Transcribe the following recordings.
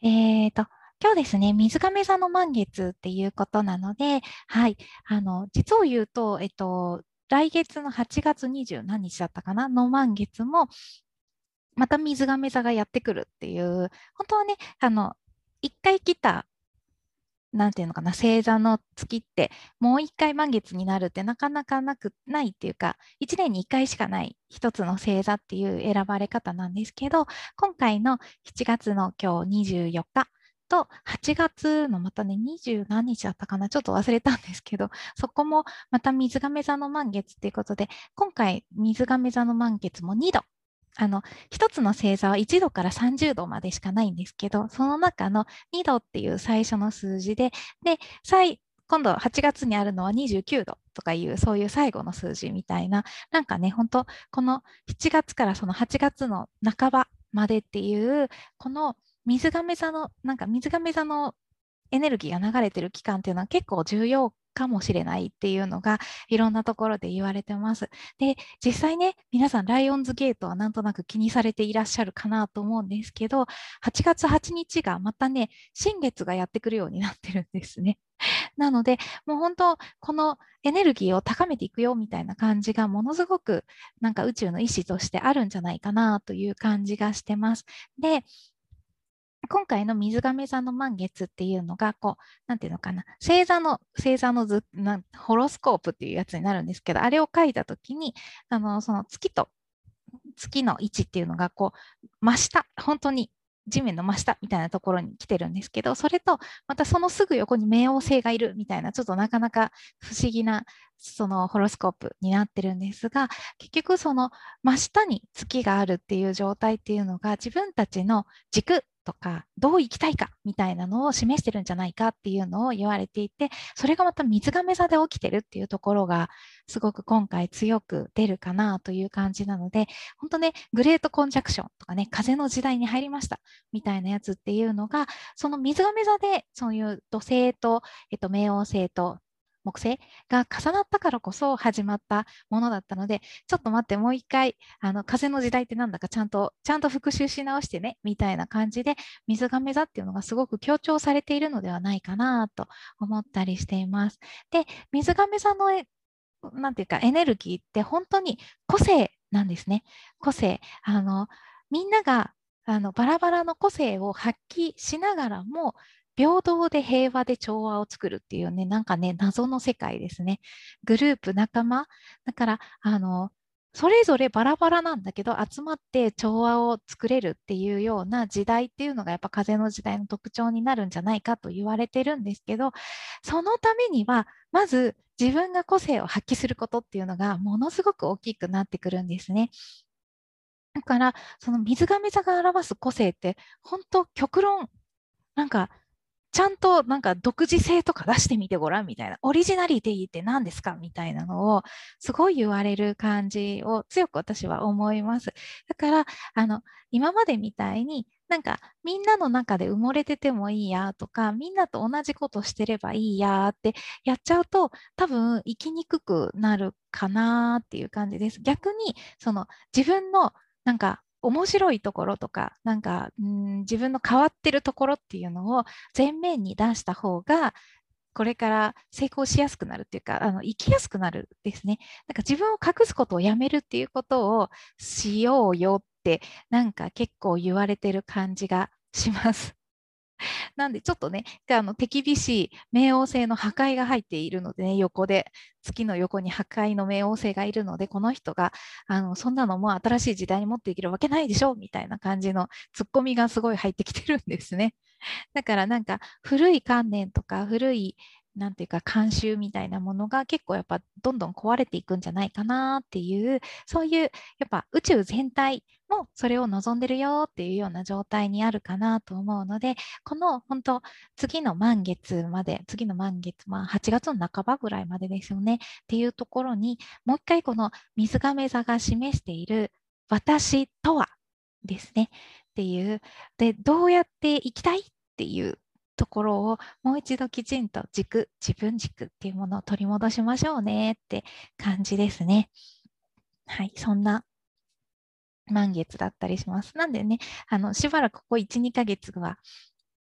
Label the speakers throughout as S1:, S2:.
S1: 今日ですね、水亀座の満月っていうことなので、はい、実を言うと、来月の8月20何日だったかなの満月も、また水亀座がやってくるっていう、本当はね、一回来た、なんていうのかな、星座の月って、もう一回満月になるってなかなかないっていうか、一年に一回しかない一つの星座っていう選ばれ方なんですけど、今回の7月の今日24日と8月のまたね、20何日だったかな、ちょっと忘れたんですけど、そこもまた水亀座の満月っていうことで、今回水亀座の満月も2度。一つの星座は1度から30度までしかないんですけど、その中の2度っていう最初の数字で、今度8月にあるのは29度とかいう、そういう最後の数字みたいな、なんかね、本当この7月からその8月の半ばまでっていう、この水亀座のエネルギーが流れてる期間っていうのは結構重要かもしれないっていうのがいろんなところで言われてます。で、実際ね、皆さんライオンズゲートはなんとなく気にされていらっしゃるかなと思うんですけど、8月8日がまたね、新月がやってくるようになってるんですね。なので、もう本当、このエネルギーを高めていくよみたいな感じがものすごくなんか宇宙の意志としてあるんじゃないかなという感じがしてます。で、今回の水亀座の満月っていうのが、こう、なんていうのかな、星座のホロスコープっていうやつになるんですけど、あれを書いたときに、その月の位置っていうのが、こう、真下、本当に地面の真下みたいなところに来てるんですけど、それと、またそのすぐ横に冥王星がいるみたいな、ちょっとなかなか不思議な、そのホロスコープになってるんですが、結局その真下に月があるっていう状態っていうのが、自分たちの軸とか、どう生きたいかみたいなのを示してるんじゃないかっていうのを言われていて、それがまた水亀座で起きてるっていうところが、すごく今回強く出るかなという感じなので、本当ね、グレートコンジャクションとかね、風の時代に入りましたみたいなやつっていうのが、その水亀座で、そういう土星と、冥王星と木星が重なったからこそ始まったものだったので、ちょっと待って、もう一回、風の時代ってなんだかちゃんと復習し直してね、みたいな感じで、水亀座っていうのがすごく強調されているのではないかなと思ったりしています。で、水亀座のなんていうか、エネルギーって本当に個性なんですね。個性。みんなが、バラバラの個性を発揮しながらも、平等で平和で調和を作るっていうね、なんかね、謎の世界ですね。グループ、仲間。だから、それぞれバラバラなんだけど、集まって調和を作れるっていうような時代っていうのが、やっぱ風の時代の特徴になるんじゃないかと言われてるんですけど、そのためには、まず自分が個性を発揮することっていうのがものすごく大きくなってくるんですね。だから、その水亀座が表す個性って、本当極論、なんか、ちゃんとなんか独自性とか出してみてごらんみたいな、オリジナリティって何ですかみたいなのをすごい言われる感じを強く私は思います。だから、今までみたいになんかみんなの中で埋もれててもいいやとか、みんなと同じことしてればいいやってやっちゃうと多分生きにくくなるかなっていう感じです。逆に、その自分のなんか面白いところとか、なんか、自分の変わってるところっていうのを前面に出した方が、これから成功しやすくなるっていうか、生きやすくなるですね。なんか自分を隠すことをやめるっていうことをしようよって、なんか結構言われてる感じがします。なんでちょっとね、手厳しい冥王星の破壊が入っているのでね、横で、月の横に破壊の冥王星がいるので、この人が、そんなのもう新しい時代に持っていけるわけないでしょみたいな感じのツッコミがすごい入ってきてるんですね。だからなんか古い観念とか古いなんていうか慣習みたいなものが結構やっぱどんどん壊れていくんじゃないかなっていう、そういうやっぱ宇宙全体もそれを望んでるよっていうような状態にあるかなと思うので、この本当次の満月、まあ8月の半ばぐらいまでですよねっていうところに、もう一回この水亀座が示している私とはですねっていう、で、どうやって生きたいっていうところをもう一度きちんと自分軸っていうものを取り戻しましょうねって感じですね。はい、そんな満月だったりします。なんでね、しばらくここ1、2ヶ月は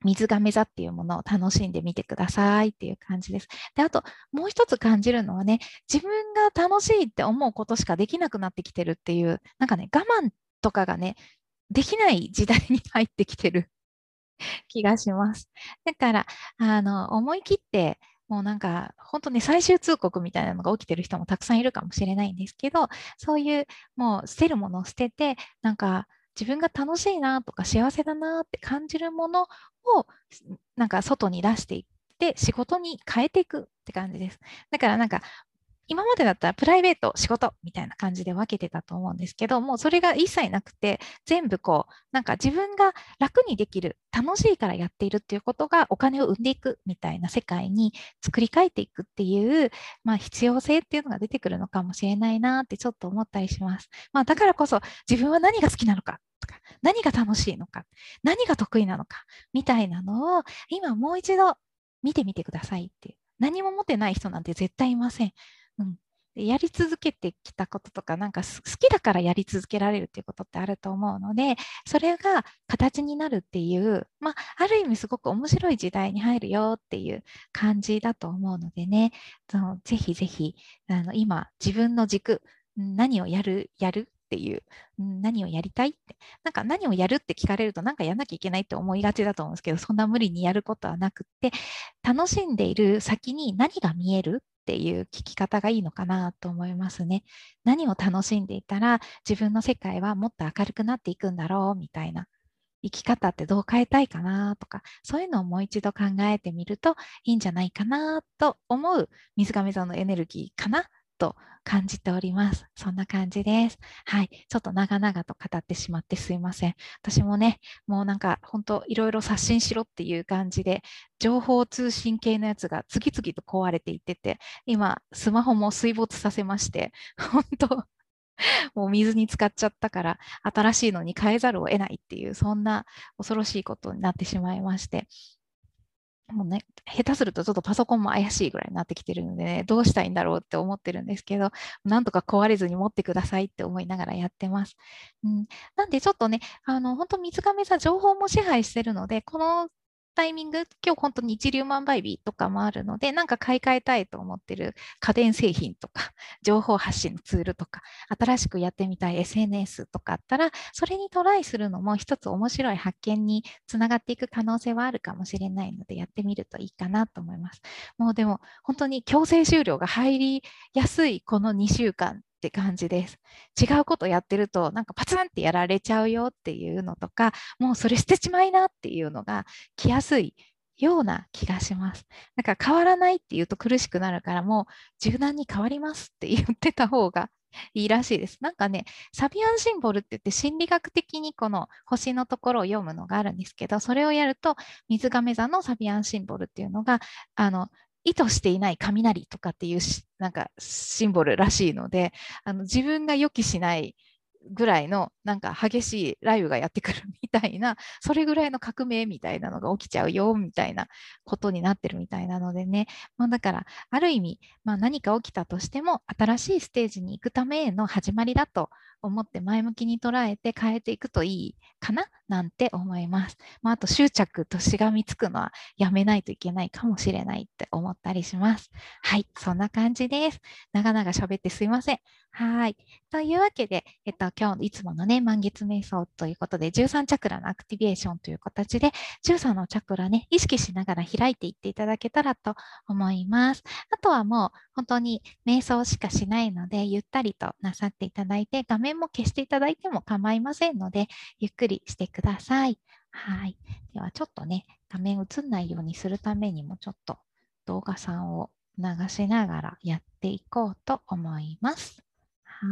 S1: 水亀座っていうものを楽しんでみてくださいっていう感じです。で、あと、もう一つ感じるのはね、自分が楽しいって思うことしかできなくなってきてるっていう、なんかね、我慢とかがね、できない時代に入ってきてる気がします。だから、思い切って、もうなんか、本当に最終通告みたいなのが起きてる人もたくさんいるかもしれないんですけど、そういう、もう捨てるものを捨てて、なんか、自分が楽しいなとか幸せだなって感じるものを、なんか外に出していって、仕事に変えていくって感じです。だからなんか、今までだったらプライベート、仕事みたいな感じで分けてたと思うんですけど、もうそれが一切なくて、全部こう、なんか自分が楽にできる、楽しいからやっているっていうことがお金を生んでいくみたいな世界に作り変えていくっていう、まあ必要性っていうのが出てくるのかもしれないなってちょっと思ったりします。まあだからこそ自分は何が好きなのかとか、何が楽しいのか、何が得意なのかみたいなのを今もう一度見てみてくださいっていう。何も持ってない人なんて絶対いません。うん、やり続けてきたこととか、なんか好きだからやり続けられるっていうことってあると思うので、それが形になるっていう、まあ、ある意味すごく面白い時代に入るよっていう感じだと思うのでね、ぜひぜひ、今、自分の軸、何をやるっていう、何をやりたいって、なんか何をやるって聞かれると、なんかやんなきゃいけないって思いがちだと思うんですけど、そんな無理にやることはなくって、楽しんでいる先に何が見えるっていう聞き方がいいのかなと思いますね。何を楽しんでいたら自分の世界はもっと明るくなっていくんだろうみたいな。生き方ってどう変えたいかなとか、そういうのをもう一度考えてみるといいんじゃないかなと思う水亀座のエネルギーかなと感じております。そんな感じです。はい。ちょっと長々と語ってしまってすいません。私もね、もうなんか本当いろいろ刷新しろっていう感じで、情報通信系のやつが次々と壊れていってて、今、スマホも水没させまして、本当もう水に浸かっちゃったから、新しいのに変えざるを得ないっていう、そんな恐ろしいことになってしまいまして、もうね、下手するとちょっとパソコンも怪しいぐらいになってきてるのでね、どうしたいんだろうって思ってるんですけど、なんとか壊れずに持ってくださいって思いながらやってます。うん、なんでちょっとね、本当水亀座情報も支配してるので、このタイミング、今日本当に一粒万倍日とかもあるので、なんか買い替えたいと思ってる家電製品とか、情報発信のツールとか、新しくやってみたい SNS とかあったら、それにトライするのも一つ面白い発見につながっていく可能性はあるかもしれないので、やってみるといいかなと思います。もうでも、本当に強制終了が入りやすいこの2週間って感じです。違うことやってると、なんかパツンってやられちゃうよっていうのとか、もうそれ捨てちまいなっていうのが来やすいような気がします。だから変わらないっていうと苦しくなるから、もう柔軟に変わりますって言ってた方がいいらしいです。なんかね、サビアンシンボルって言って心理学的にこの星のところを読むのがあるんですけど、それをやると水亀座のサビアンシンボルっていうのが、意図していない雷とかっていうなんかシンボルらしいので、自分が予期しないぐらいのなんか激しい雷雨がやってくるみたいな、それぐらいの革命みたいなのが起きちゃうよみたいなことになってるみたいなのでね、まあ、だからある意味、まあ、何か起きたとしても新しいステージに行くための始まりだと思って前向きに捉えて変えていくといいかななんて思います。まあ、あと執着としがみつくのはやめないといけないかもしれないって思ったりします。はい、そんな感じです。長々喋ってすいません。はい。というわけで、今日いつものね、満月瞑想ということで、13チャクラのアクティベーションという形で、13のチャクラね、意識しながら開いていっていただけたらと思います。あとはもう本当に瞑想しかしないので、ゆったりとなさっていただいて、画面も消していただいても構いませんので、ゆっくりしてください。はい。ではちょっとね、画面映んないようにするためにも、ちょっと動画さんを流しながらやっていこうと思います。はい。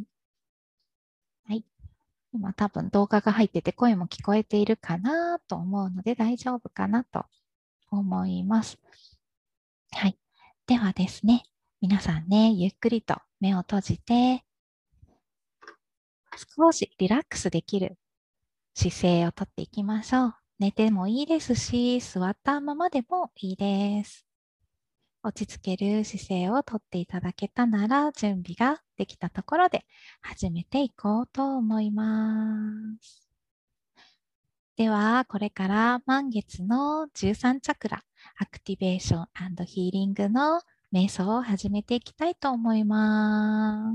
S1: はい。今多分動画が入ってて声も聞こえているかなと思うので大丈夫かなと思います。はい。ではですね、皆さんね、ゆっくりと目を閉じて、少しリラックスできる姿勢をとっていきましょう。寝てもいいですし、座ったままでもいいです。落ち着ける姿勢をとっていただけたなら、準備ができたところで始めていこうと思います。 では、これから満月の13チャクラ、アクティベーション&ヒーリングの瞑想を始めていきたいと思います。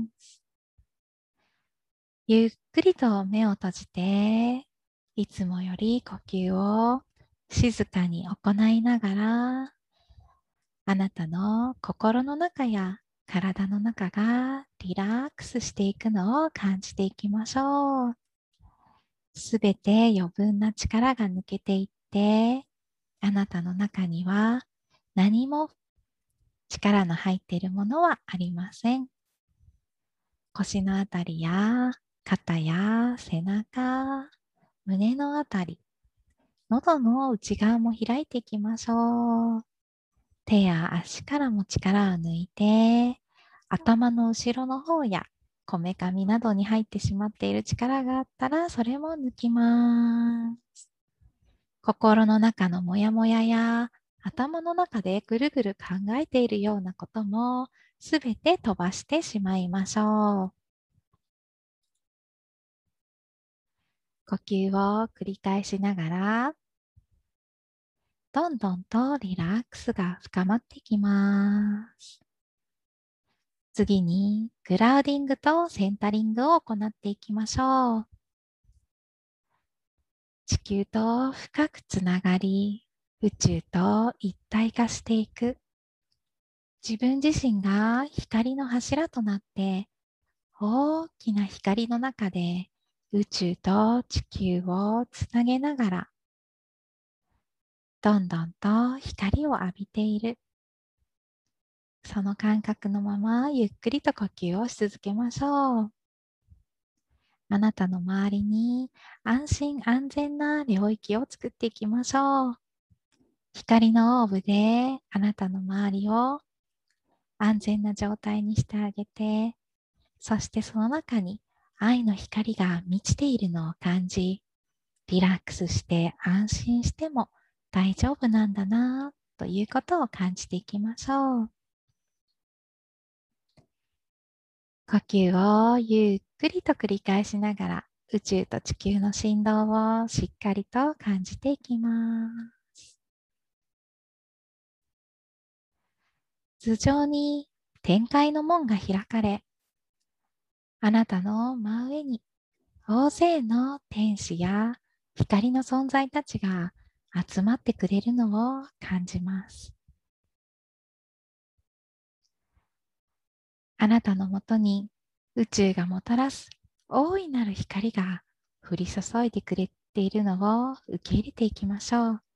S1: ゆっくりと目を閉じて、いつもより呼吸を静かに行いながら、あなたの心の中や体の中がリラックスしていくのを感じていきましょう。すべて余分な力が抜けていって、あなたの中には何も力の入っているものはありません。腰のあたりや肩や背中、胸のあたり、喉の内側も開いていきましょう。手や足からも力を抜いて、頭の後ろの方やこめかみなどに入ってしまっている力があったら、それも抜きます。心の中のモヤモヤや頭の中でぐるぐる考えているようなこともすべて飛ばしてしまいましょう。呼吸を繰り返しながら、どんどんとリラックスが深まってきます。次にグラウディングとセンタリングを行っていきましょう。地球と深くつながり、宇宙と一体化していく。自分自身が光の柱となって、大きな光の中で宇宙と地球をつなげながら、どんどんと光を浴びている。その感覚のままゆっくりと呼吸をし続けましょう。あなたの周りに安心安全な領域を作っていきましょう。光のオーブであなたの周りを安全な状態にしてあげて、そしてその中に愛の光が満ちているのを感じ、リラックスして安心しても大丈夫なんだなということを感じていきましょう。呼吸をゆっくりと繰り返しながら宇宙と地球の振動をしっかりと感じていきます。頭上に天界の門が開かれ、あなたの真上に大勢の天使や光の存在たちが集まってくれるのを感じます。あなたのもとに宇宙がもたらす大いなる光が降り注いでくれているのを受け入れていきましょう。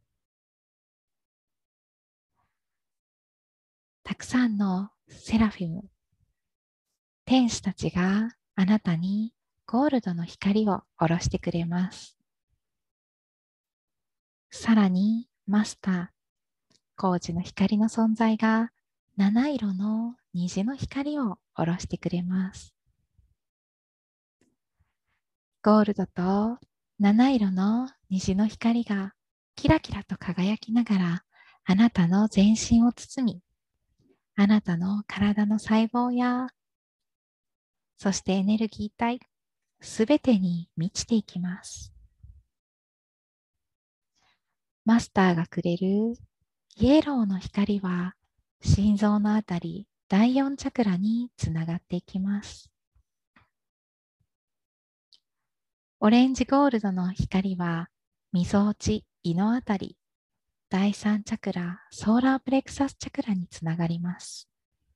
S1: たくさんのセラフィム、天使たちがあなたにゴールドの光を下ろしてくれます。さらにマスター、工事の光の存在が七色の虹の光を下ろしてくれます。ゴールドと七色の虹の光がキラキラと輝きながらあなたの全身を包み、あなたの体の細胞や、そしてエネルギー体、すべてに満ちていきます。マスターがくれるイエローの光は心臓のあたり第4チャクラにつながっていきます。オレンジゴールドの光はみぞおち、胃のあたり第3チャクラソーラープレクサスチャクラにつながります。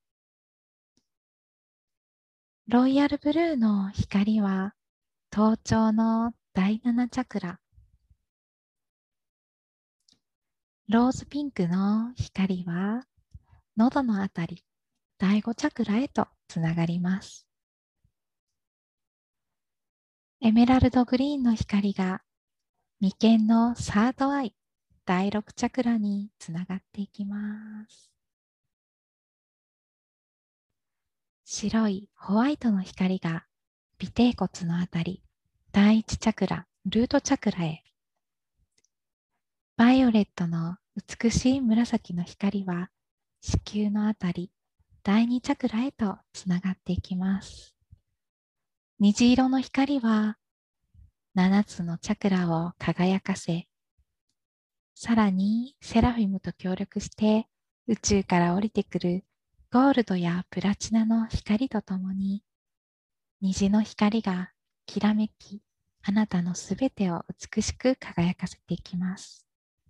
S1: ロイヤルブルーの光は頭頂の第7チャクラ、ローズピンクの光は喉のあたり第5チャクラへとつながります。エメラルドグリーンの光が眉間のサードアイ第6チャクラにつながっていきます。白いホワイトの光が尾てい骨のあたり第1チャクラルートチャクラへ、バイオレットの美しい紫の光は子宮のあたり第2チャクラへとつながっていきます。虹色の光は 7つのチャクラを輝かせ、さらにセラフィムと協力して宇宙から降りてくるゴールドやプラチナの光とともに、虹の光がきらめき、あなたのすべてを美しく輝かせていきます。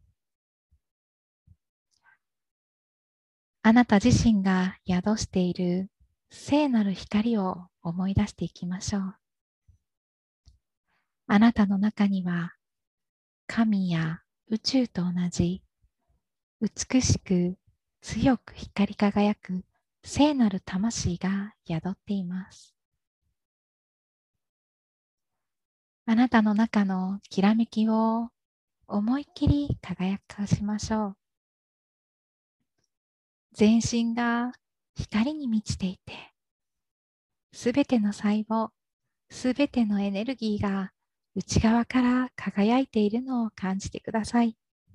S1: あなた自身が宿している聖なる光を思い出していきましょう。あなたの中には神や宇宙と同じ美しく強く光り輝く聖なる魂が宿っています。あなたの中のきらめきを思いっきり輝かしましょう。全身が光に満ちていて、すべての細胞、すべてのエネルギーが内側から輝いているのを感じてください。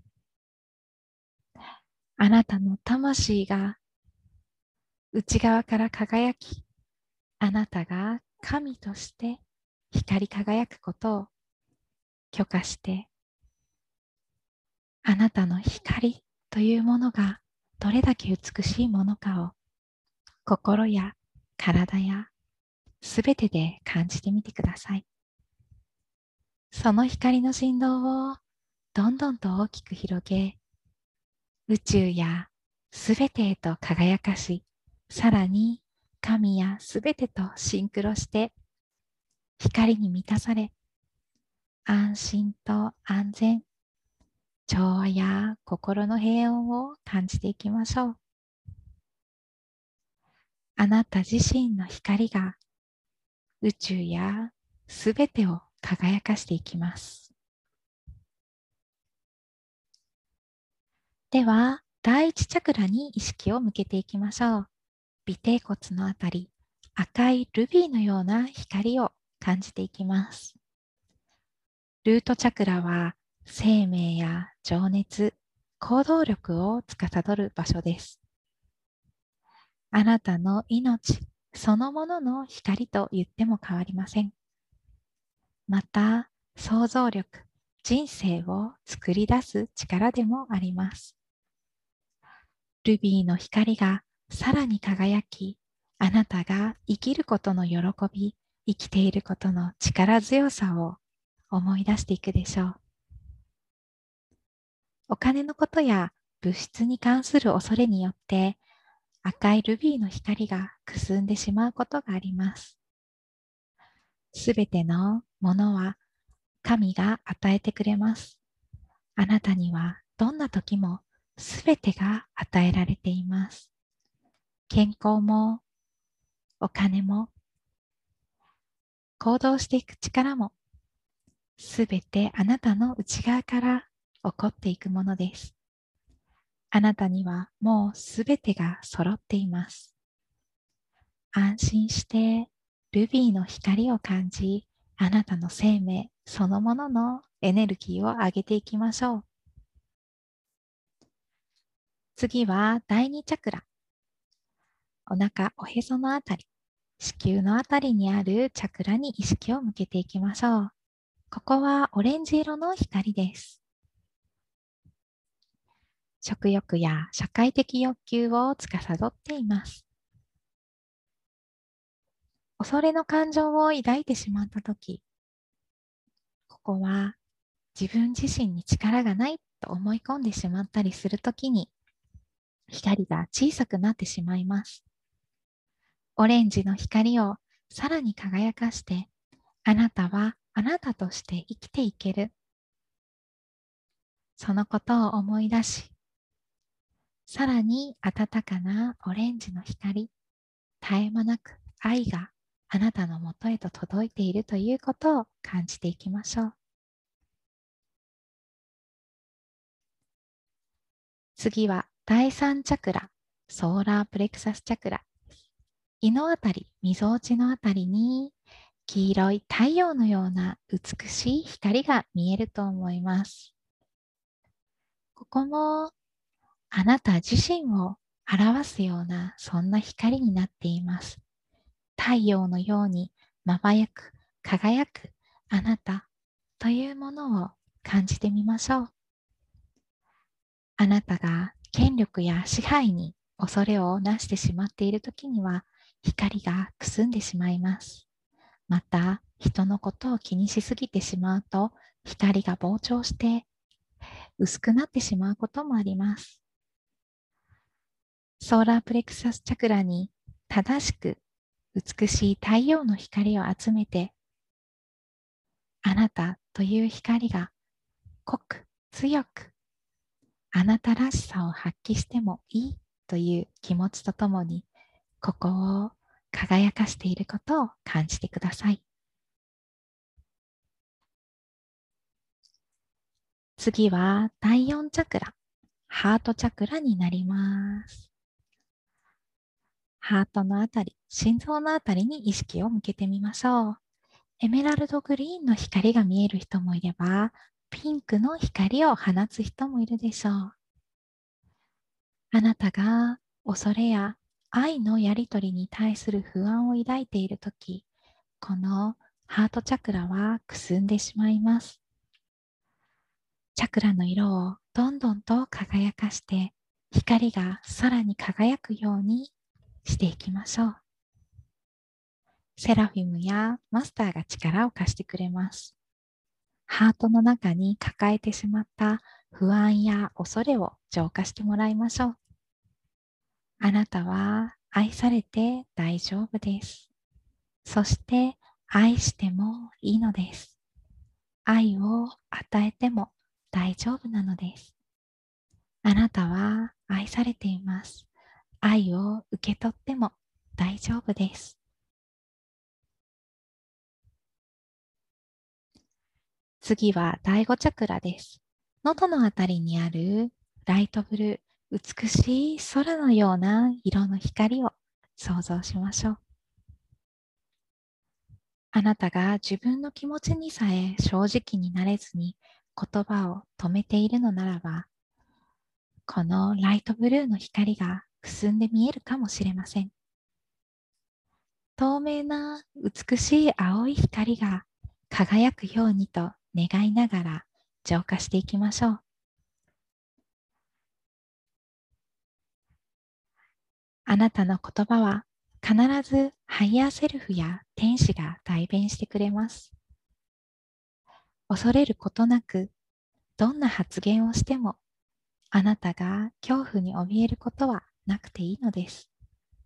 S1: あなたの魂が内側から輝き、あなたが神として光り輝くことを許可して、あなたの光というものがどれだけ美しいものかを心や体やすべてで感じてみてください。その光の振動をどんどんと大きく広げ、宇宙やすべてへと輝かし、さらに神やすべてとシンクロして光に満たされ、安心と安全、調和や心の平穏を感じていきましょう。あなた自身の光が宇宙やすべてを輝かしていきます。では、第一チャクラに意識を向けていきましょう。尾てい骨のあたり、赤いルビーのような光を感じていきます。ルートチャクラは生命や情熱、行動力を司る場所です。あなたの命そのものの光と言っても変わりません。また、想像力、人生を作り出す力でもあります。ルビーの光がさらに輝き、あなたが生きることの喜び、生きていることの力強さを思い出していくでしょう。お金のことや物質に関する恐れによって赤いルビーの光がくすんでしまうことがあります。すべてのものは神が与えてくれます。あなたにはどんな時もすべてが与えられています。健康もお金も行動していく力もすべてあなたの内側から起こっていくものです。あなたにはもうすべてが揃っています。安心してルビーの光を感じ、あなたの生命そのもののエネルギーを上げていきましょう。次は第2チャクラ。お腹、おへそのあたり、子宮のあたりにあるチャクラに意識を向けていきましょう。ここはオレンジ色の光です。食欲や社会的欲求を司っています。恐れの感情を抱いてしまったとき、ここは自分自身に力がないと思い込んでしまったりするときに、光が小さくなってしまいます。オレンジの光をさらに輝かして、あなたはあなたとして生きていける。そのことを思い出し、さらに暖かなオレンジの光、絶え間なく愛があなたのもとへと届いているということを感じていきましょう。次は第3チャクラ、ソーラープレクサスチャクラ。胃のあたり、みぞおちのあたりに黄色い太陽のような美しい光が見えると思います。ここもあなた自身を表すようなそんな光になっています。太陽のようにまばやく輝くあなた、 というものを感じてみましょう。あなたが権力や支配に恐れをなしてしまっているときには、光がくすんでしまいます。また、人のことを気にしすぎてしまうと、光が膨張して薄くなってしまうこともあります。ソーラープレクサスチャクラに正しく美しい太陽の光を集めて、あなたという光が濃く強くあなたらしさを発揮してもいいという気持ちとともに、ここを輝かしていることを感じてください。次は第4チャクラ、ハートチャクラになります。ハートのあたり、心臓のあたりに意識を向けてみましょう。エメラルドグリーンの光が見える人もいれば、ピンクの光を放つ人もいるでしょう。あなたが恐れや愛のやりとりに対する不安を抱いているとき、このハートチャクラはくすんでしまいます。チャクラの色をどんどんと輝かして、光がさらに輝くようにしていきましょう。セラフィムやマスターが力を貸してくれます。ハートの中に抱えてしまった不安や恐れを浄化してもらいましょう。あなたは愛されて大丈夫です。そして愛してもいいのです。愛を与えても大丈夫なのです。あなたは愛されています。愛を受け取っても大丈夫です。次は第5チャクラです。喉のあたりにあるライトブルー、美しい空のような色の光を想像しましょう。あなたが自分の気持ちにさえ正直になれずに言葉を止めているのならば、このライトブルーの光がくすんで見えるかもしれません。透明な美しい青い光が輝くようにと願いながら浄化していきましょう。あなたの言葉は必ずハイヤーセルフや天使が代弁してくれます。恐れることなく、どんな発言をしても、あなたが恐怖に怯えることはなくていいのです。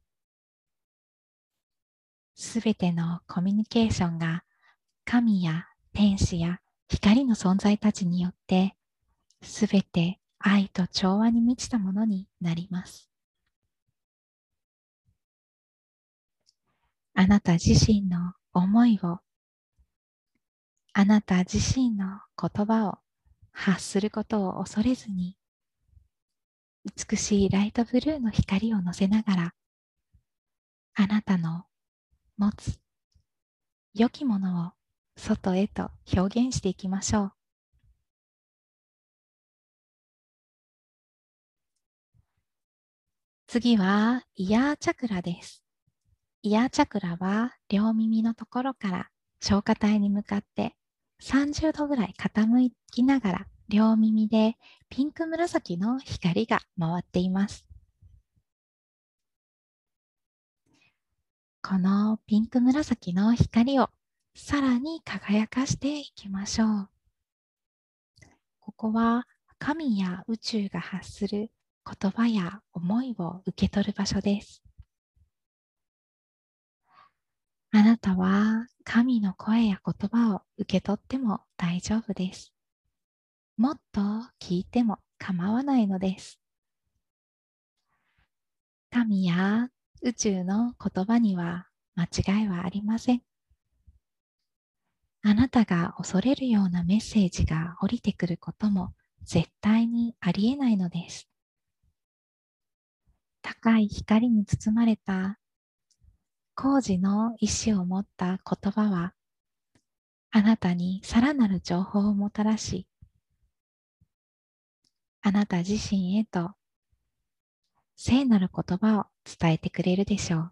S1: すべてのコミュニケーションが神や天使や光の存在たちによってすべて愛と調和に満ちたものになります。あなた自身の思いを、あなた自身の言葉を発することを恐れずに、美しいライトブルーの光を乗せながら、あなたの持つ良きものを外へと表現していきましょう。次はイヤーチャクラです。イヤーチャクラは両耳のところから消化体に向かって30度ぐらい傾きながら両耳でピンク紫の光が回っています。このピンク紫の光をさらに輝かしていきましょう。ここは神や宇宙が発する言葉や思いを受け取る場所です。あなたは神の声や言葉を受け取っても大丈夫です。もっと聞いても構わないのです。神や宇宙の言葉には間違いはありません。あなたが恐れるようなメッセージが降りてくることも絶対にありえないのです。高い光に包まれた工事の意志を持った言葉はあなたにさらなる情報をもたらし、あなた自身へと聖なる言葉を伝えてくれるでしょう。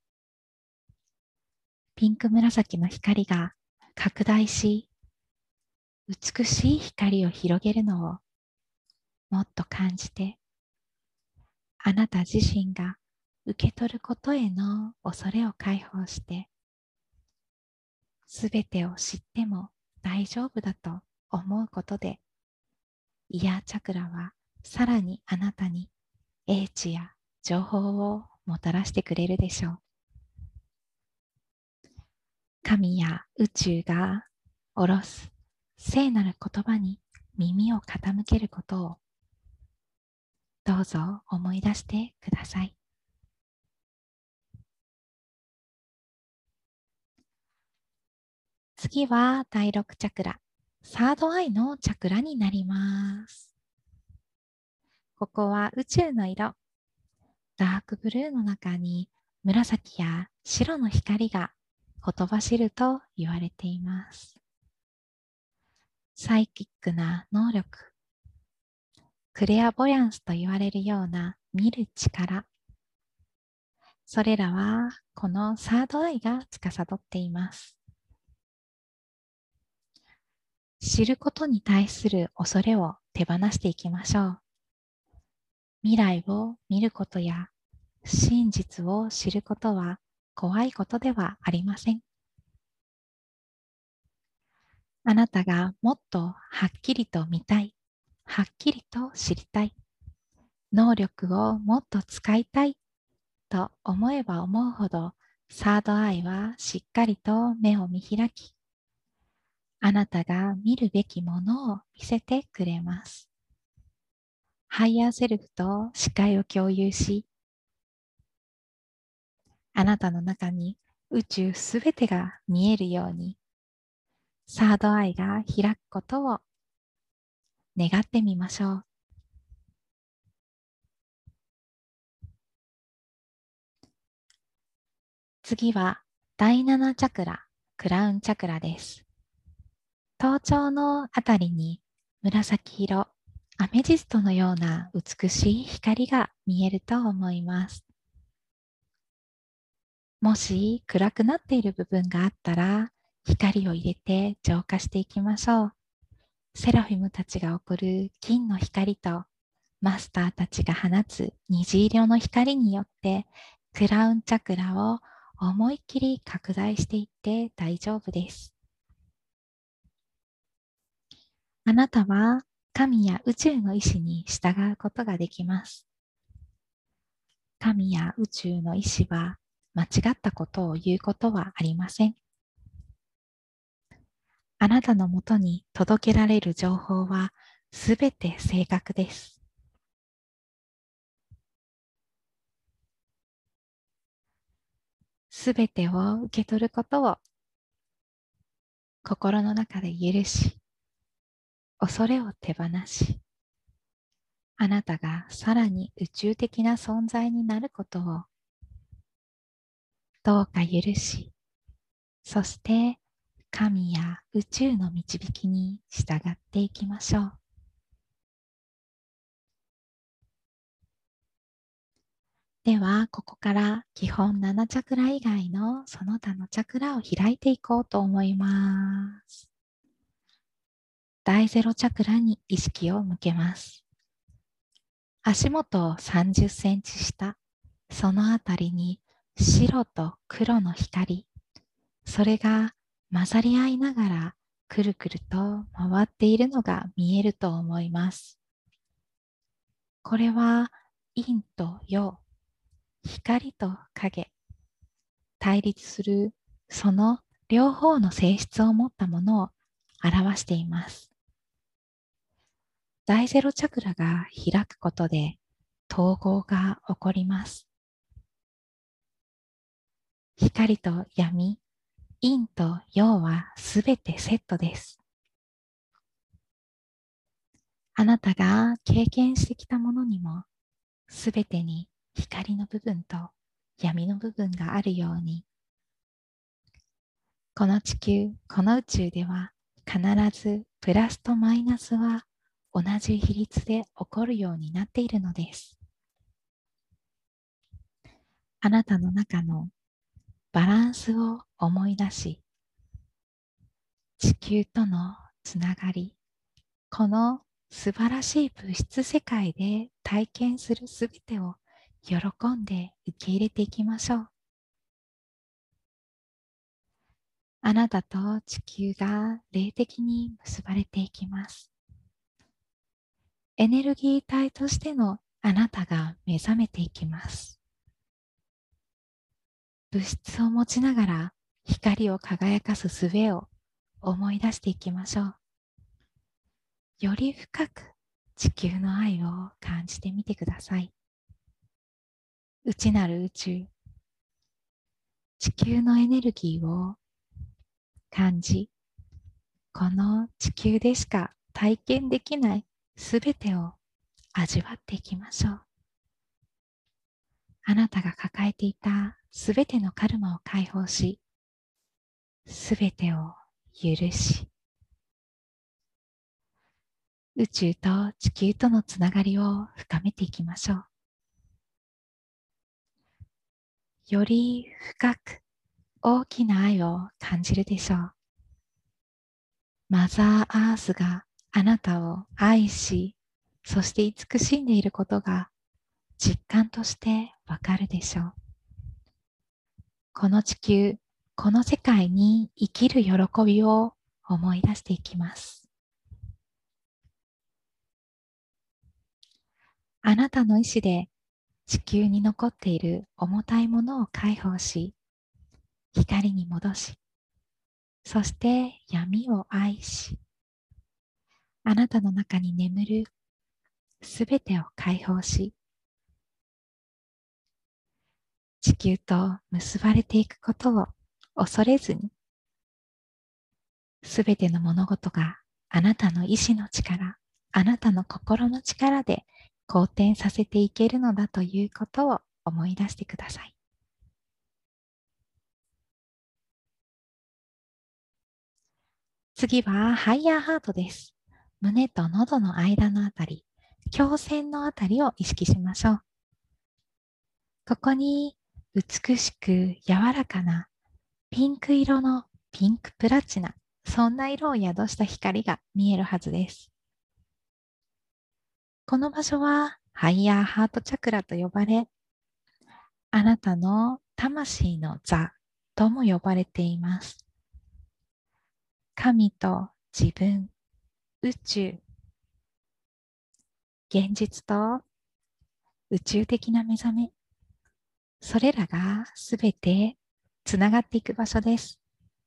S1: ピンク紫の光が拡大し、 美しい光を広げるのをもっと感じて、あなた自身が受け取ることへの恐れを解放して、すべてを知っても大丈夫だと思うことで、イヤーチャクラはさらにあなたに英知や情報をもたらしてくれるでしょう。神や宇宙が下ろす聖なる言葉に耳を傾けることをどうぞ思い出してください。次は第6チャクラ、サードアイのチャクラになります。ここは宇宙の色、ダークブルーの中に紫や白の光がほとばしると言われています。サイキックな能力、クレアボヤンスと言われるような見る力、それらはこのサードアイが司っています。知ることに対する恐れを手放していきましょう。未来を見ることや真実を知ることは怖いことではありません。あなたがもっとはっきりと見たい、はっきりと知りたい、能力をもっと使いたいと思えば思うほど、サードアイはしっかりと目を見開き、あなたが見るべきものを見せてくれます。ハイヤーセルフと視界を共有し、あなたの中に宇宙すべてが見えるように、サードアイが開くことを願ってみましょう。次は第7チャクラ、クラウンチャクラです。頭頂のあたりに紫色、アメジストのような美しい光が見えると思います。もし暗くなっている部分があったら、光を入れて浄化していきましょう。セラフィムたちが送る金の光とマスターたちが放つ虹色の光によってクラウンチャクラを思いっきり拡大していって大丈夫です。あなたは神や宇宙の意志に従うことができます。神や宇宙の意志は間違ったことを言うことはありません。あなたのもとに届けられる情報はすべて正確です。すべてを受け取ることを心の中で許し、恐れを手放し、あなたがさらに宇宙的な存在になることをどうか許し、そして神や宇宙の導きに従っていきましょう。では、ここから基本7チャクラ以外のその他のチャクラを開いていこうと思います。第0チャクラに意識を向けます。足元30センチ下、そのあたりに白と黒の光、それが混ざり合いながらくるくると回っているのが見えると思います。これは陰と陽、光と影、対立するその両方の性質を持ったものを表しています。第ゼロチャクラが開くことで統合が起こります。光と闇、陰と陽はすべてセットです。あなたが経験してきたものにもすべてに光の部分と闇の部分があるように、この地球、この宇宙では必ずプラスとマイナスは同じ比率で起こるようになっているのです。あなたの中のバランスを思い出し、地球とのつながり、この素晴らしい物質世界で体験するすべてを喜んで受け入れていきましょう。あなたと地球が霊的に結ばれていきます。エネルギー体としてのあなたが目覚めていきます。物質を持ちながら光を輝かす術を思い出していきましょう。より深く地球の愛を感じてみてください。内なる宇宙、地球のエネルギーを感じ、この地球でしか体験できないすべてを味わっていきましょう。あなたが抱えていたすべてのカルマを解放し、すべてを許し、宇宙と地球とのつながりを深めていきましょう。より深く大きな愛を感じるでしょう。マザーアースがあなたを愛し、そして慈しんでいることが実感としてわかるでしょう。この地球、この世界に生きる喜びを思い出していきます。あなたの意志で地球に残っている重たいものを解放し、光に戻し、そして闇を愛し、あなたの中に眠るすべてを解放し、地球と結ばれていくことを恐れずに、すべての物事があなたの意志の力、あなたの心の力で好転させていけるのだということを思い出してください。次はハイヤーハートです。胸と喉の間のあたり、胸腺のあたりを意識しましょう。ここに美しく柔らかなピンク色のピンクプラチナ、そんな色を宿した光が見えるはずです。この場所はハイヤーハートチャクラと呼ばれ、あなたの魂の座とも呼ばれています。神と自分、宇宙、現実と宇宙的な目覚め、それらがすべてつながっていく場所です。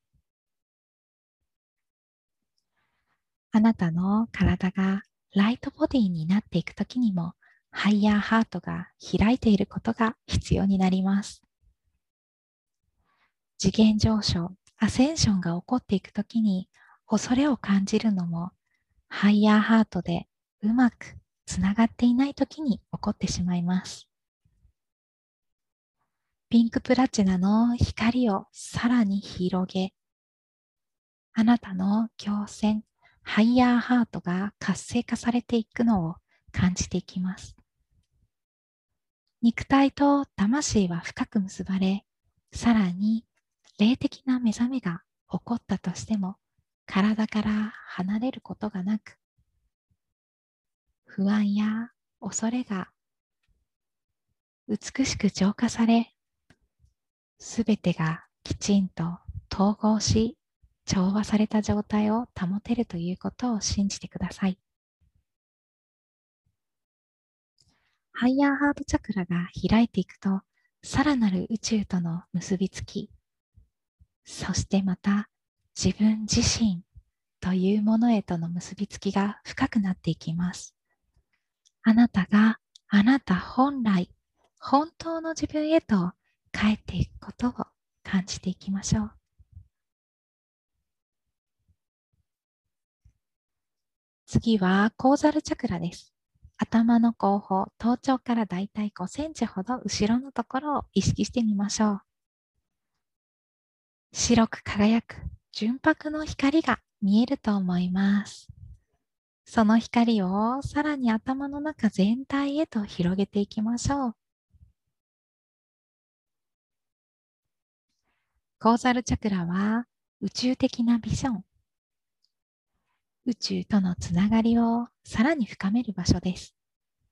S1: あなたの体がライトボディになっていくときにも、ハイヤーハートが開いていることが必要になります。次元上昇、アセンションが起こっていくときに、恐れを感じるのも、ハイヤーハートでうまくつながっていないときに起こってしまいます。ピンクプラチナの光をさらに広げ、あなたの胸腺、ハイヤーハートが活性化されていくのを感じていきます。肉体と魂は深く結ばれ、さらに霊的な目覚めが起こったとしても、体から離れることがなく、不安や恐れが美しく浄化され、すべてがきちんと統合し、調和された状態を保てるということを信じてください。ハイヤーハートチャクラが開いていくと、さらなる宇宙との結びつき、そしてまた自分自身というものへとの結びつきが深くなっていきます。あなたがあなた本来、本当の自分へと帰っていくことを感じていきましょう。次はコーザルチャクラです。頭の後方、頭頂からだいたい5センチほど後ろのところを意識してみましょう。白く輝く純白の光が見えると思います。その光をさらに頭の中全体へと広げていきましょう。コーザルチャクラは宇宙的なビジョン、 宇宙とのつながりをさらに深める場所です。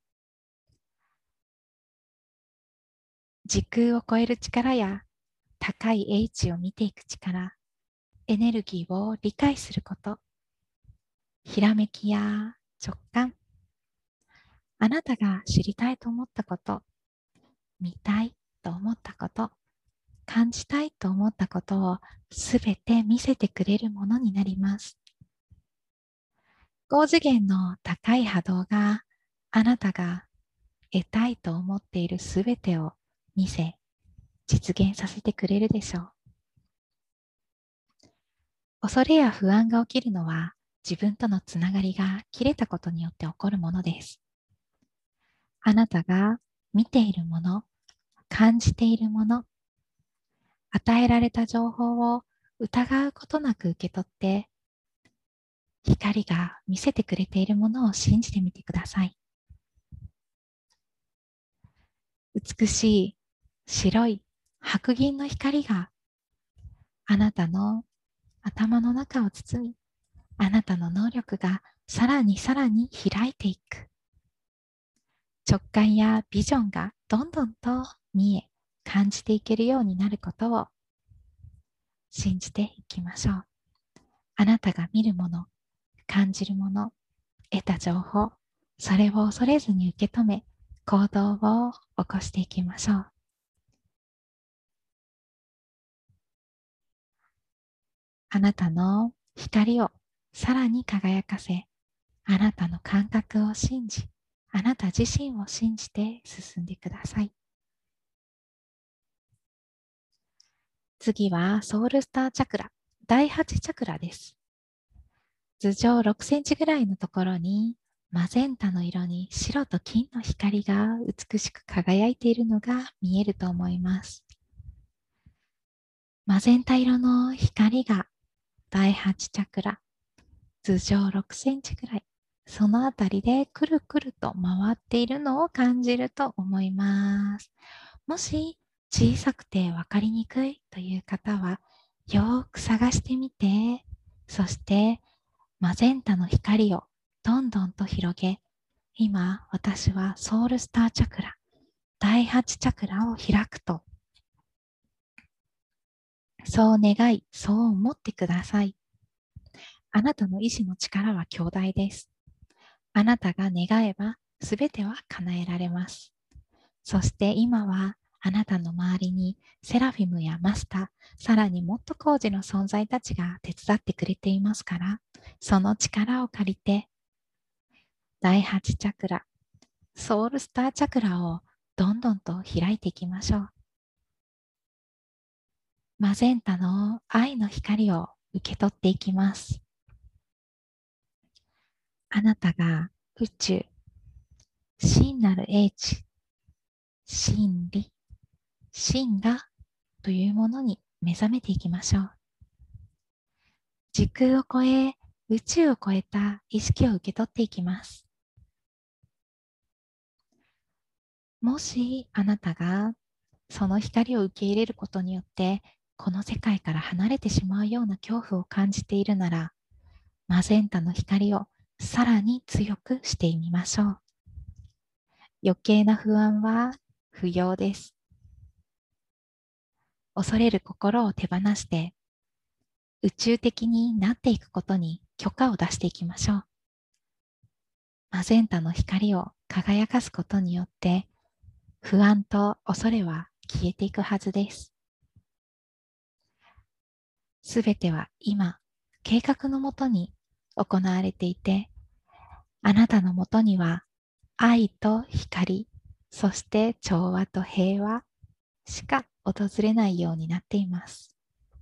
S1: 時空を超える力や高い英知を見ていく力、エネルギーを理解すること、ひらめきや直感、あなたが知りたいと思ったこと、見たいと思ったこと、感じたいと思ったことをすべて見せてくれるものになります。高次元の高い波動があなたが得たいと思っているすべてを見せ、実現させてくれるでしょう。恐れや不安が起きるのは自分とのつながりが切れたことによって起こるものです。あなたが見ているもの、感じているもの、与えられた情報を疑うことなく受け取って、光が見せてくれているものを信じてみてください。美しい白い白銀の光があなたの頭の中を包み、あなたの能力がさらにさらに開いていく。直感やビジョンがどんどんと見え、感じていけるようになることを信じていきましょう。あなたが見るもの、感じるもの、得た情報、それを恐れずに受け止め、行動を起こしていきましょう。あなたの光をさらに輝かせ、あなたの感覚を信じ、あなた自身を信じて進んでください。次はソウルスターチャクラ、第8チャクラです。頭上6センチぐらいのところにマゼンタの色に白と金の光が美しく輝いているのが見えると思います。マゼンタ色の光が第8チャクラ、頭上6センチぐらい、そのあたりでくるくると回っているのを感じると思います。もし小さくてわかりにくいという方は、よーく探してみて、そしてマゼンタの光をどんどんと広げ、今私はソウルスターチャクラ、第8チャクラを開くと、そう願い、そう思ってください。あなたの意志の力は強大です。あなたが願えば、すべては叶えられます。そして今は、あなたの周りにセラフィムやマスター、さらにもっと高次の存在たちが手伝ってくれていますから、その力を借りて、第8チャクラ、ソウルスターチャクラをどんどんと開いていきましょう。マゼンタの愛の光を受け取っていきます。あなたが宇宙、真なる英知、真理、真がというものに目覚めていきましょう。時空を超え、宇宙を超えた意識を受け取っていきます。もしあなたがその光を受け入れることによってこの世界から離れてしまうような恐怖を感じているなら、マゼンタの光をさらに強くしてみましょう。余計な不安は不要です。恐れる心を手放して宇宙的になっていくことに許可を出していきましょう。マゼンタの光を輝かすことによって不安と恐れは消えていくはずです。すべては今、計画のもとに行われていて、あなたのもとには愛と光、そして調和と平和しか訪れないようになっています。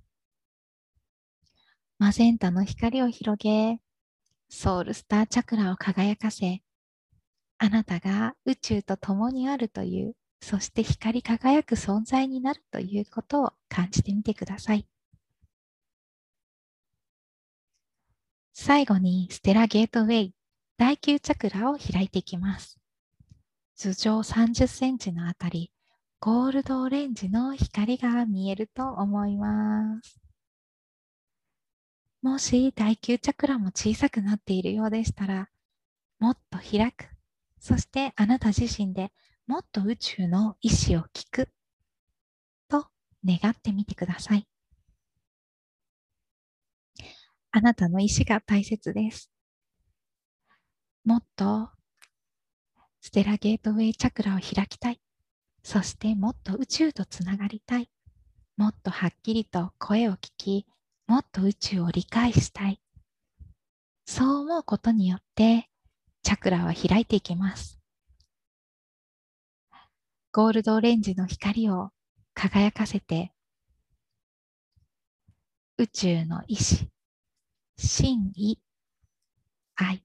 S1: マゼンタの光を広げ、ソウルスターチャクラを輝かせ、あなたが宇宙と共にあるという、そして光り輝く存在になるということを感じてみてください。最後にステラゲートウェイ第9チャクラを開いていきます。頭上30センチのあたり、ゴールドオレンジの光が見えると思います。 もし第9チャクラも小さくなっているようでしたら、もっと開く。そしてあなた自身でもっと宇宙の意志を聞くと願ってみてください。あなたの意志が大切です。もっとステラゲートウェイチャクラを開きたい。そしてもっと宇宙とつながりたい。もっとはっきりと声を聞き、もっと宇宙を理解したい。そう思うことによって、チャクラは開いていきます。ゴールドオレンジの光を輝かせて、宇宙の意志、真意、愛、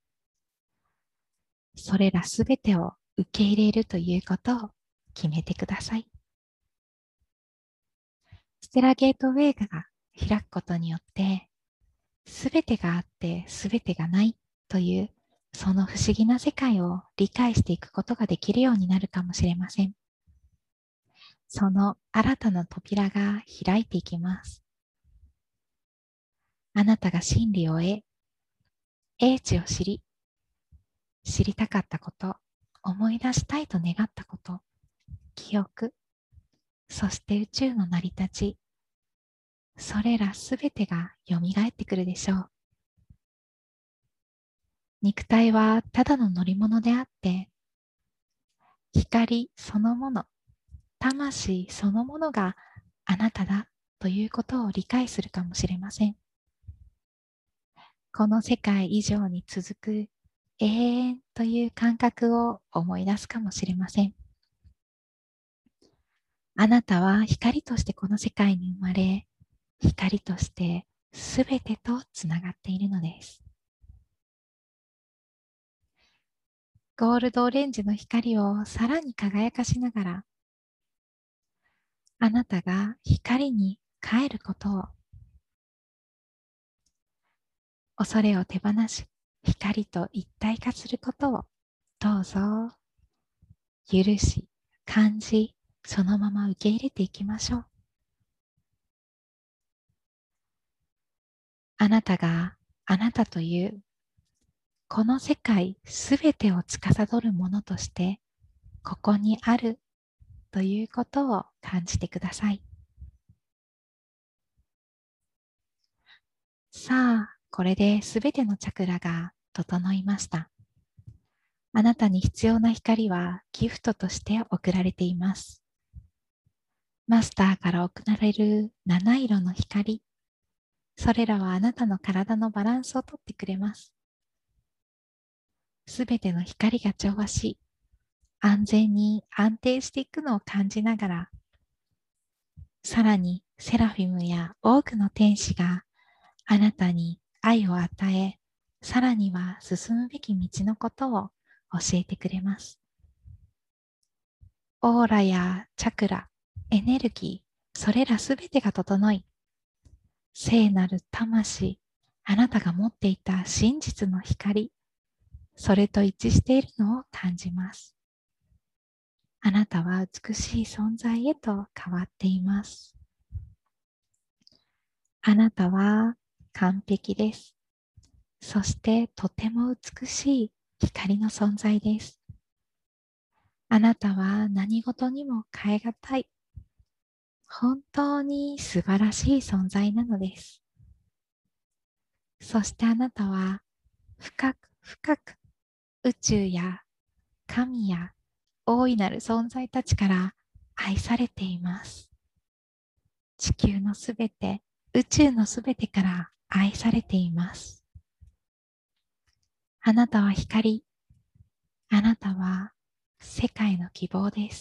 S1: それらすべてを受け入れるということを決めてください。ステラゲートウェイが開くことによって、すべてがあってすべてがないという、その不思議な世界を理解していくことができるようになるかもしれません。その新たな扉が開いていきます。あなたが真理を得、英知を知り、知りたかったこと、思い出したいと願ったこと、記憶、そして宇宙の成り立ち、それらすべてがよみがえってくるでしょう。肉体はただの乗り物であって、光そのもの、魂そのものがあなただということを理解するかもしれません。この世界以上に続く永遠という感覚を思い出すかもしれません。あなたは光としてこの世界に生まれ、光としてすべてとつながっているのです。ゴールドオレンジの光をさらに輝かしながら、あなたが光に変えることを、恐れを手放し、光と一体化することをどうぞ許し、感じ、そのまま受け入れていきましょう。あなたがあなたというこの世界すべてを司るものとしてここにあるということを感じてください。さあ、これですべてのチャクラが整いました。あなたに必要な光はギフトとして送られています。マスターから送られる七色の光、それらはあなたの体のバランスをとってくれます。すべての光が調和し、安全に安定していくのを感じながら、さらにセラフィムや多くの天使があなたに愛を与え、さらには進むべき道のことを教えてくれます。オーラやチャクラ、エネルギー、それらすべてが整い、聖なる魂、あなたが持っていた真実の光、それと一致しているのを感じます。あなたは美しい存在へと変わっています。あなたは完璧です。そしてとても美しい光の存在です。あなたは何事にも変えがたい。本当に素晴らしい存在なのです。そしてあなたは深く深く宇宙や神や大いなる存在たちから愛されています。地球のすべて、宇宙のすべてから愛されています。あなたは光。あなたは世界の希望です。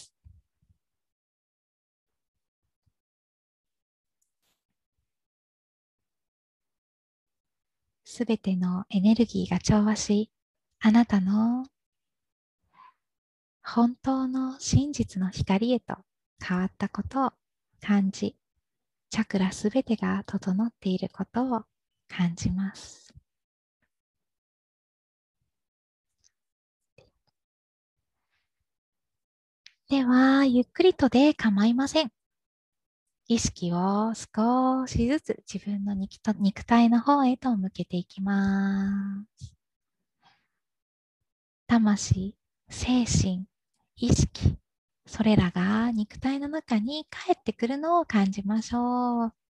S1: すべてのエネルギーが調和し、あなたの本当の真実の光へと変わったことを感じ、チャクラすべてが整っていることを感じます。では、ゆっくりとで構いません。 意識を少しずつ自分の肉体の方へと向けていきます。魂、精神、意識、それらが肉体の中に帰ってくるのを感じましょう。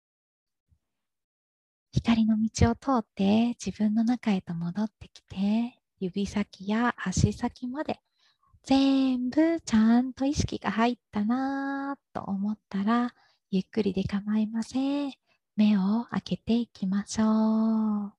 S1: 光の道を通って自分の中へと戻ってきて、指先や足先まで全部ちゃんと意識が入ったなぁと思ったら、ゆっくりで構いません。目を開けていきましょう。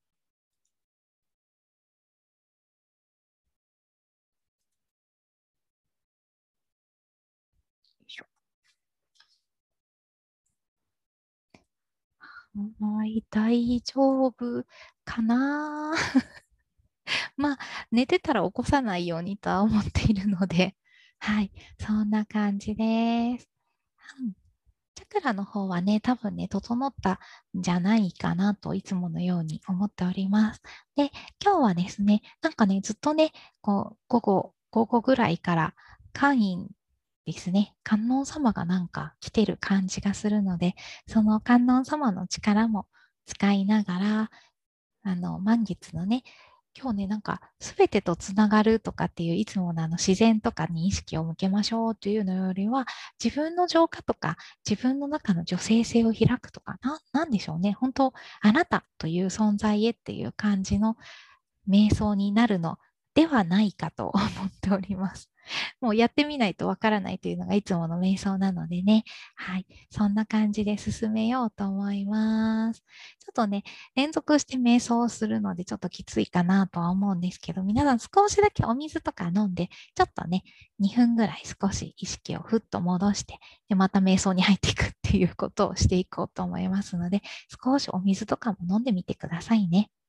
S1: はい、大丈夫かな。まあ、寝てたら起こさないようにとは思っているので、はい、そんな感じです。うん、チャクラの方はね、多分ね、整ったんじゃないかなといつものように思っております。で、今日はですね、なんかね、ずっとね、こう、午後ぐらいから会員ですね、観音様がなんか来てる感じがするので、その観音様の力も使いながら、満月のね、今日ね、なんか、すべてとつながるとかっていう、いつもの自然とかに意識を向けましょうというのよりは、自分の浄化とか、自分の中の女性性を開くとか、なんでしょうね。本当、あなたという存在へっていう感じの瞑想になるのではないかと思っております。もうやってみないとわからないというのがいつもの瞑想なのでね。はい。そんな感じで進めようと思います。ちょっとね、連続して瞑想をするのでちょっときついかなとは思うんですけど、皆さん少しだけお水とか飲んで、ちょっとね、2分ぐらい少し意識をふっと戻して、で、また瞑想に入っていくっていうことをしていこうと思いますので、少しお水とかも飲んでみてくださいね。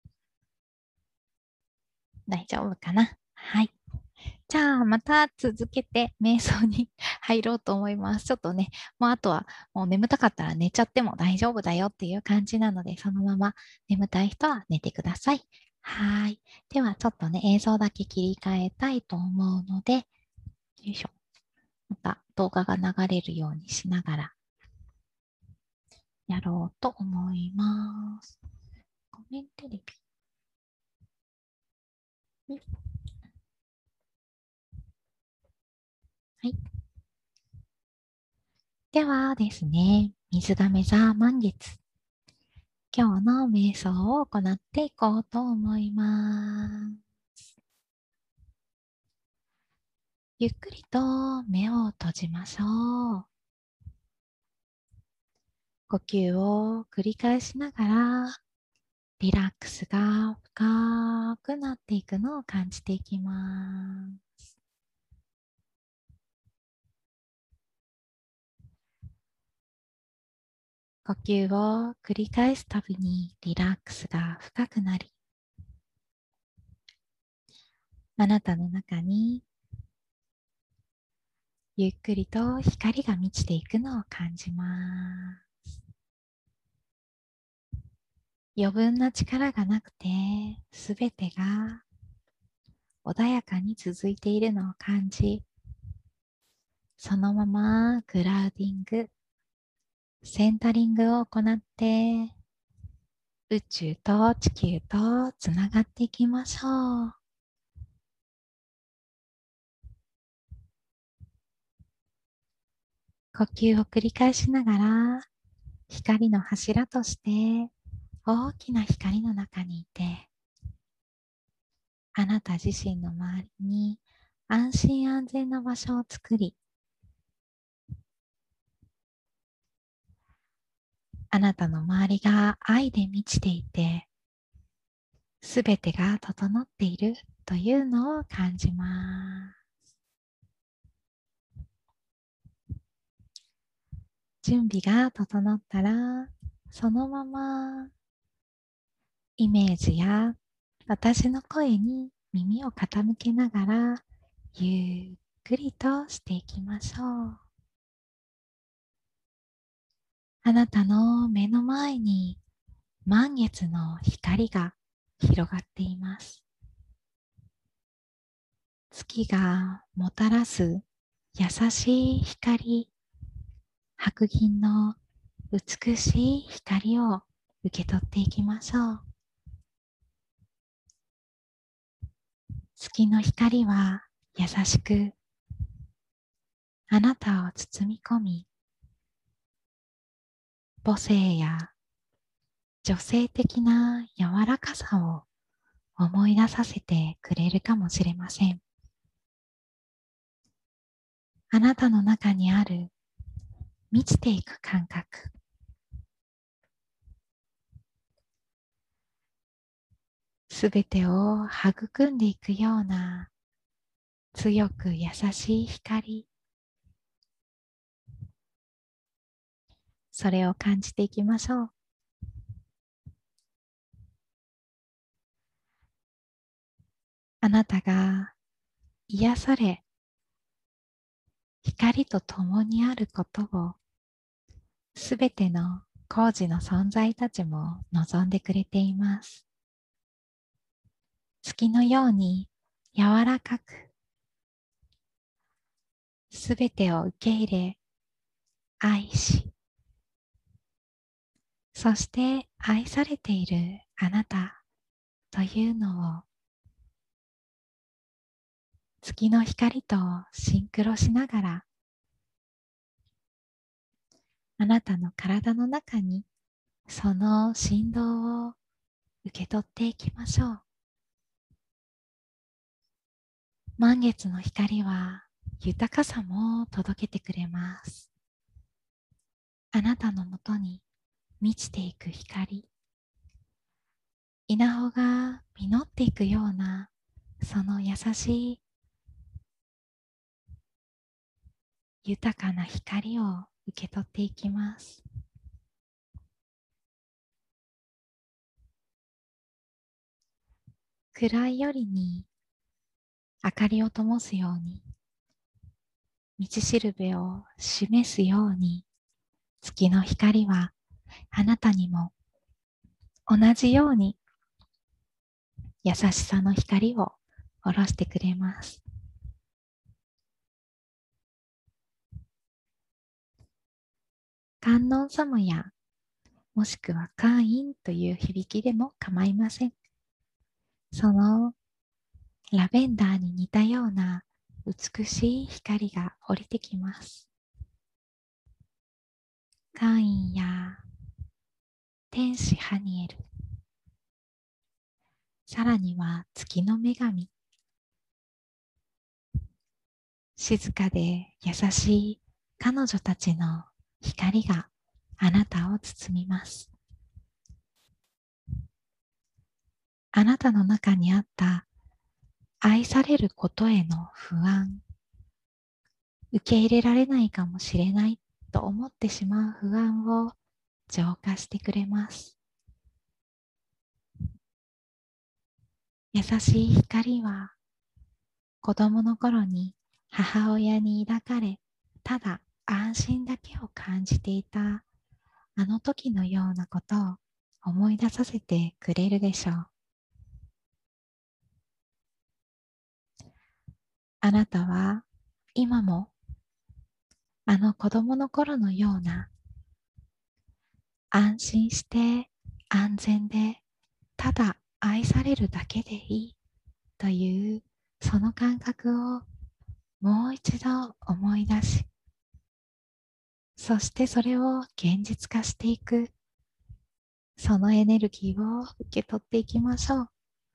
S1: 大丈夫かな？はい。じゃあ、また続けて瞑想に入ろうと思います。ちょっとね、もうあとはもう眠たかったら寝ちゃっても大丈夫だよっていう感じなので、そのまま眠たい人は寝てください。はい。では、ちょっとね、映像だけ切り替えたいと思うので、よいしょ。また動画が流れるようにしながらやろうと思います。画面テレビ。はい。ではですね、水亀座満月。今日の瞑想を行っていこうと思います。ゆっくりと目を閉じましょう。呼吸を繰り返しながら、リラックスが深くなっていくのを感じていきます。呼吸を繰り返すたびにリラックスが深くなり、あなたの中にゆっくりと光が満ちていくのを感じます。余分な力がなくて、すべてが穏やかに続いているのを感じ、そのままグラウディング、センタリングを行って、宇宙と地球とつながっていきましょう。呼吸を繰り返しながら、光の柱として大きな光の中にいて、あなた自身の周りに安心安全な場所を作り、あなたの周りが愛で満ちていて、すべてが整っているというのを感じます。準備が整ったら、そのままイメージや私の声に耳を傾けながら、ゆっくりとしていきましょう。あなたの目の前に満月の光が広がっています。月がもたらす優しい光、 白銀の美しい光を受け取っていきましょう。月の光は優しくあなたを包み込み、母性や女性的な柔らかさを思い出させてくれるかもしれません。あなたの中にある満ちていく感覚、すべてを育んでいくような強く優しい光、それを感じていきましょう。あなたが癒され、光と共にあることを、すべての工事の存在たちも望んでくれています。月のように柔らかく、すべてを受け入れ、愛し、そして愛されているあなたというのを、月の光とシンクロしながら、あなたの体の中にその振動を受け取っていきましょう。満月の光は豊かさも届けてくれます。あなたのもとに満ちていく光、稲穂が実っていくようなその優しい豊かな光を受け取っていきます。暗い夜に明かりを灯すように、道しるべを示すように、月の光はあなたにも同じように優しさの光を下ろしてくれます。観音様やもしくは観音という響きでも構いません。そのラベンダーに似たような美しい光が降りてきます。観音や天使ハニエル、さらには月の女神、静かで優しい彼女たちの光があなたを包みます。あなたの中にあった愛されることへの不安、受け入れられないかもしれないと思ってしまう不安を浄化してくれます。優しい光は子供の頃に母親に抱かれ、ただ安心だけを感じていたあの時のようなことを思い出させてくれるでしょう。あなたは今もあの子供の頃のような安心して安全でただ愛されるだけでいいというその感覚をもう一度思い出し、そしてそれを現実化していく、そのエネルギーを受け取っていきましょう。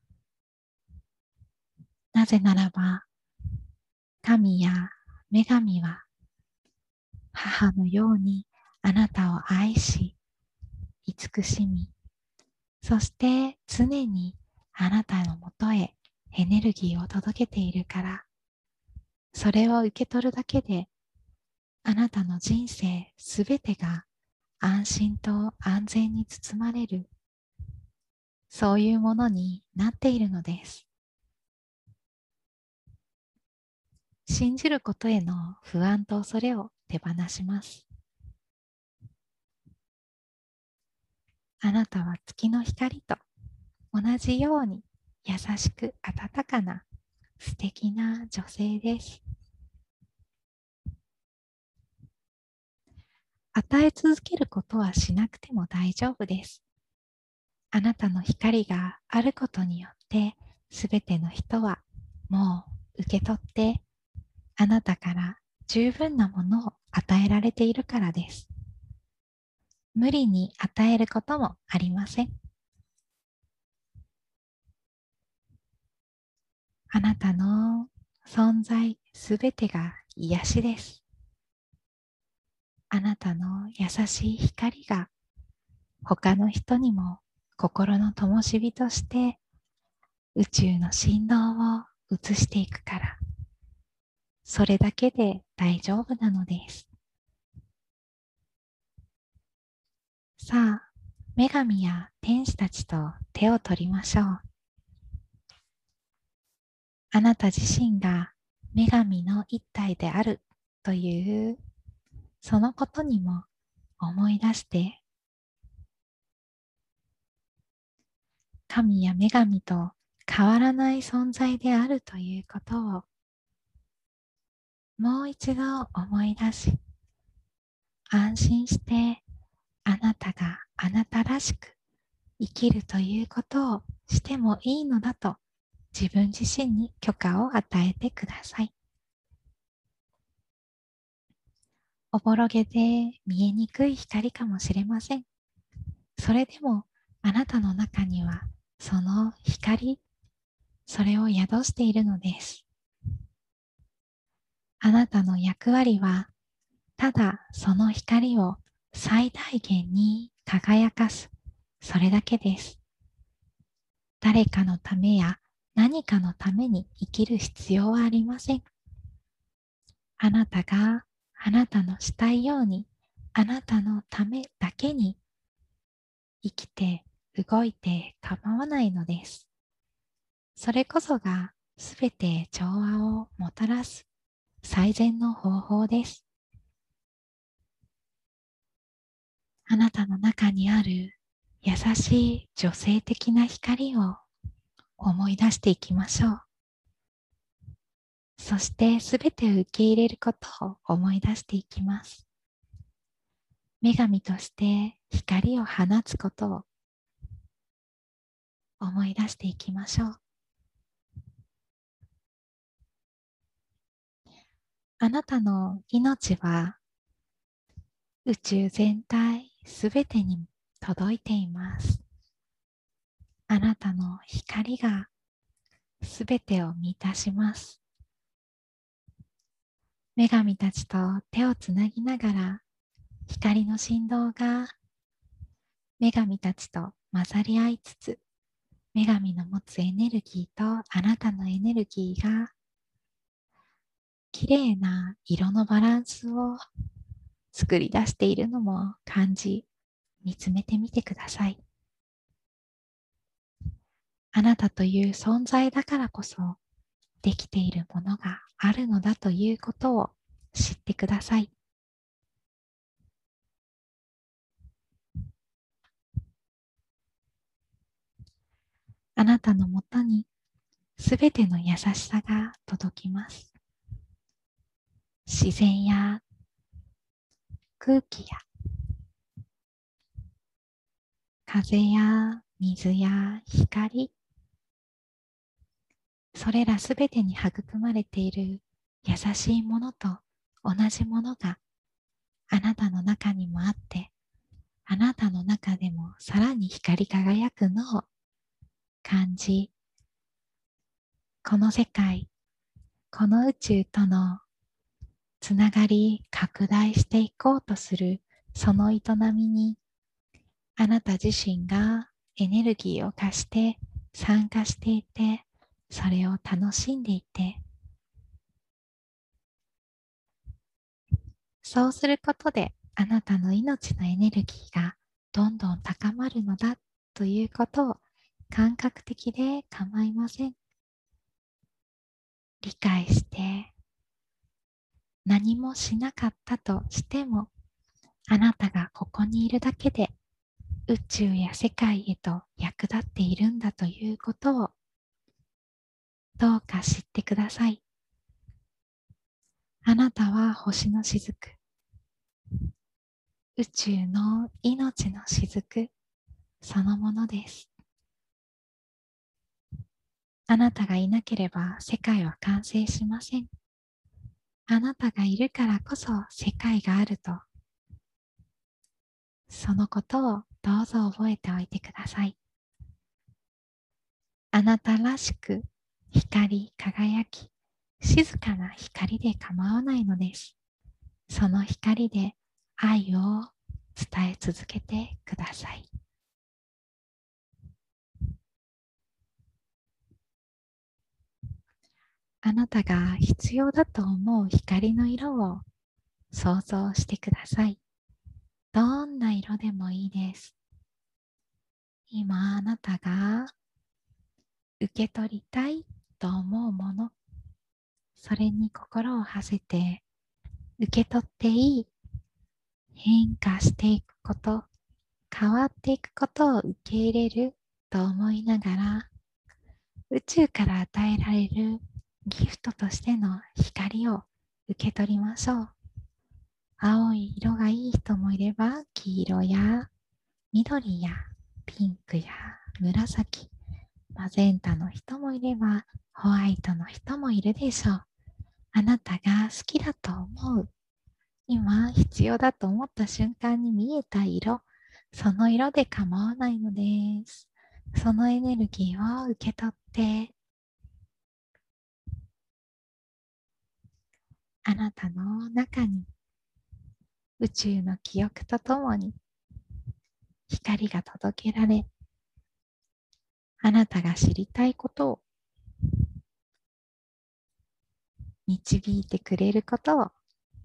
S1: なぜならば、神や女神は母のようにあなたを愛し、慈しみ、そして常にあなたのもとへエネルギーを届けているから、それを受け取るだけであなたの人生すべてが安心と安全に包まれる、そういうものになっているのです。信じることへの不安と恐れを手放します。あなたは月の光と同じように優しく温かな素敵な女性です。 与え続けることはしなくても大丈夫です。あなたの光があることによって、すべての人はもう受け取って、あなたから十分なものを与えられているからです。無理に与えることもありません。あなたの存在すべてが癒しです。あなたの優しい光が他の人にも心の灯火として宇宙の振動を移していくから、それだけで大丈夫なのです。さあ、女神や天使たちと手を取りましょう。あなた自身が女神の一体であるというそのことにも思い出して、神や女神と変わらない存在であるということをもう一度思い出し、安心してあなたがあなたらしく生きるということをしてもいいのだと自分自身に許可を与えてください。おぼろげで見えにくい光かもしれません。それでもあなたの中にはその光、それを宿しているのです。あなたの役割はただその光を最大限に輝かす、それだけです。誰かのためや何かのために生きる必要はありません。あなたがあなたのしたいように、あなたのためだけに生きて動いて構わないのです。それこそがすべて調和をもたらす最善の方法です。あなたの中にある優しい女性的な光を思い出していきましょう。そしてすべてを受け入れることを思い出していきます。女神として光を放つことを思い出していきましょう。あなたの命は宇宙全体すべてに届いています。あなたの光がすべてを満たします。女神たちと手をつなぎながら光の振動が女神たちと混ざり合いつつ、女神の持つエネルギーとあなたのエネルギーがきれいな色のバランスを作り出しているのも感じ、見つめてみてください。あなたという存在だからこそできているものがあるのだということを知ってください。あなたのもとにすべての優しさが届きます。自然や空気や風や水や光、それらすべてに育まれている優しいものと同じものがあなたの中にもあって、あなたの中でもさらに光り輝くのを感じ、この世界、この宇宙とのつながり拡大していこうとするその営みに、あなた自身がエネルギーを貸して参加していて、それを楽しんでいて、そうすることであなたの命のエネルギーがどんどん高まるのだということを感覚的で構いません。理解して何もしなかったとしても、あなたがここにいるだけで宇宙や世界へと役立っているんだということをどうか知ってください。あなたは星の雫。 宇宙の命の雫そのものです。あなたがいなければ世界は完成しません。あなたがいるからこそ世界があると、そのことをどうぞ覚えておいてください。あなたらしく光り輝き、静かな光で構わないのです。その光で愛を伝え続けてください。あなたが必要だと思う光の色を想像してください。どんな色でもいいです。今あなたが受け取りたいと思うもの、それに心を馳せて受け取っていい、変化していくこと、変わっていくことを受け入れると思いながら、宇宙から与えられるギフトとしての光を受け取りましょう。青い色がいい人もいれば、黄色や緑やピンクや紫、マゼンタの人もいれば、ホワイトの人もいるでしょう。あなたが好きだと思う、今必要だと思った瞬間に見えた色、その色で構わないのです。そのエネルギーを受け取って、あなたの中に宇宙の記憶とともに光が届けられ、あなたが知りたいことを導いてくれることを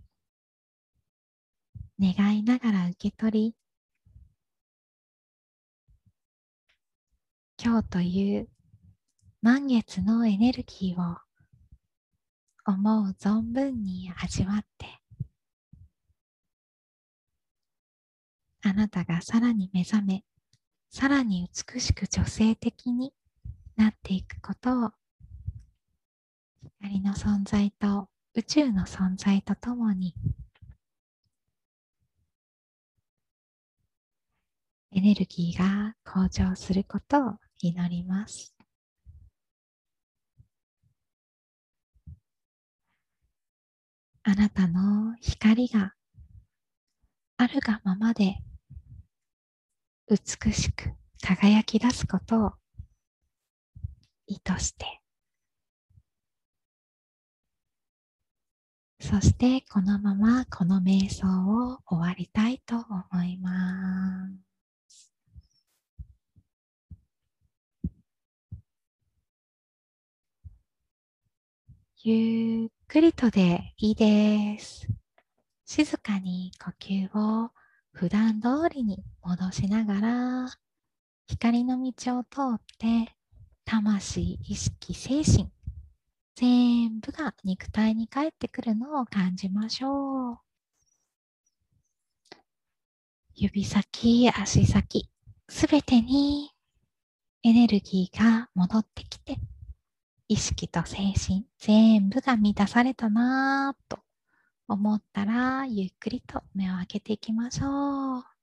S1: 願いながら受け取り、今日という満月のエネルギーを思う存分に味わって、あなたがさらに目覚め、さらに美しく女性的になっていくことを、光の存在と宇宙の存在とともにエネルギーが向上することを祈ります。あなたの光があるがままで美しく輝き出すことを意図して、そしてこのままこの瞑想を終わりたいと思います。ゆっくりとでいいです。静かに呼吸を普段通りに戻しながら、光の道を通って魂、意識、精神全部が肉体に帰ってくるのを感じましょう。指先、足先、すべてにエネルギーが戻ってきて、意識と精神全部が満たされたなぁと思ったら、ゆっくりと目を開けていきましょう。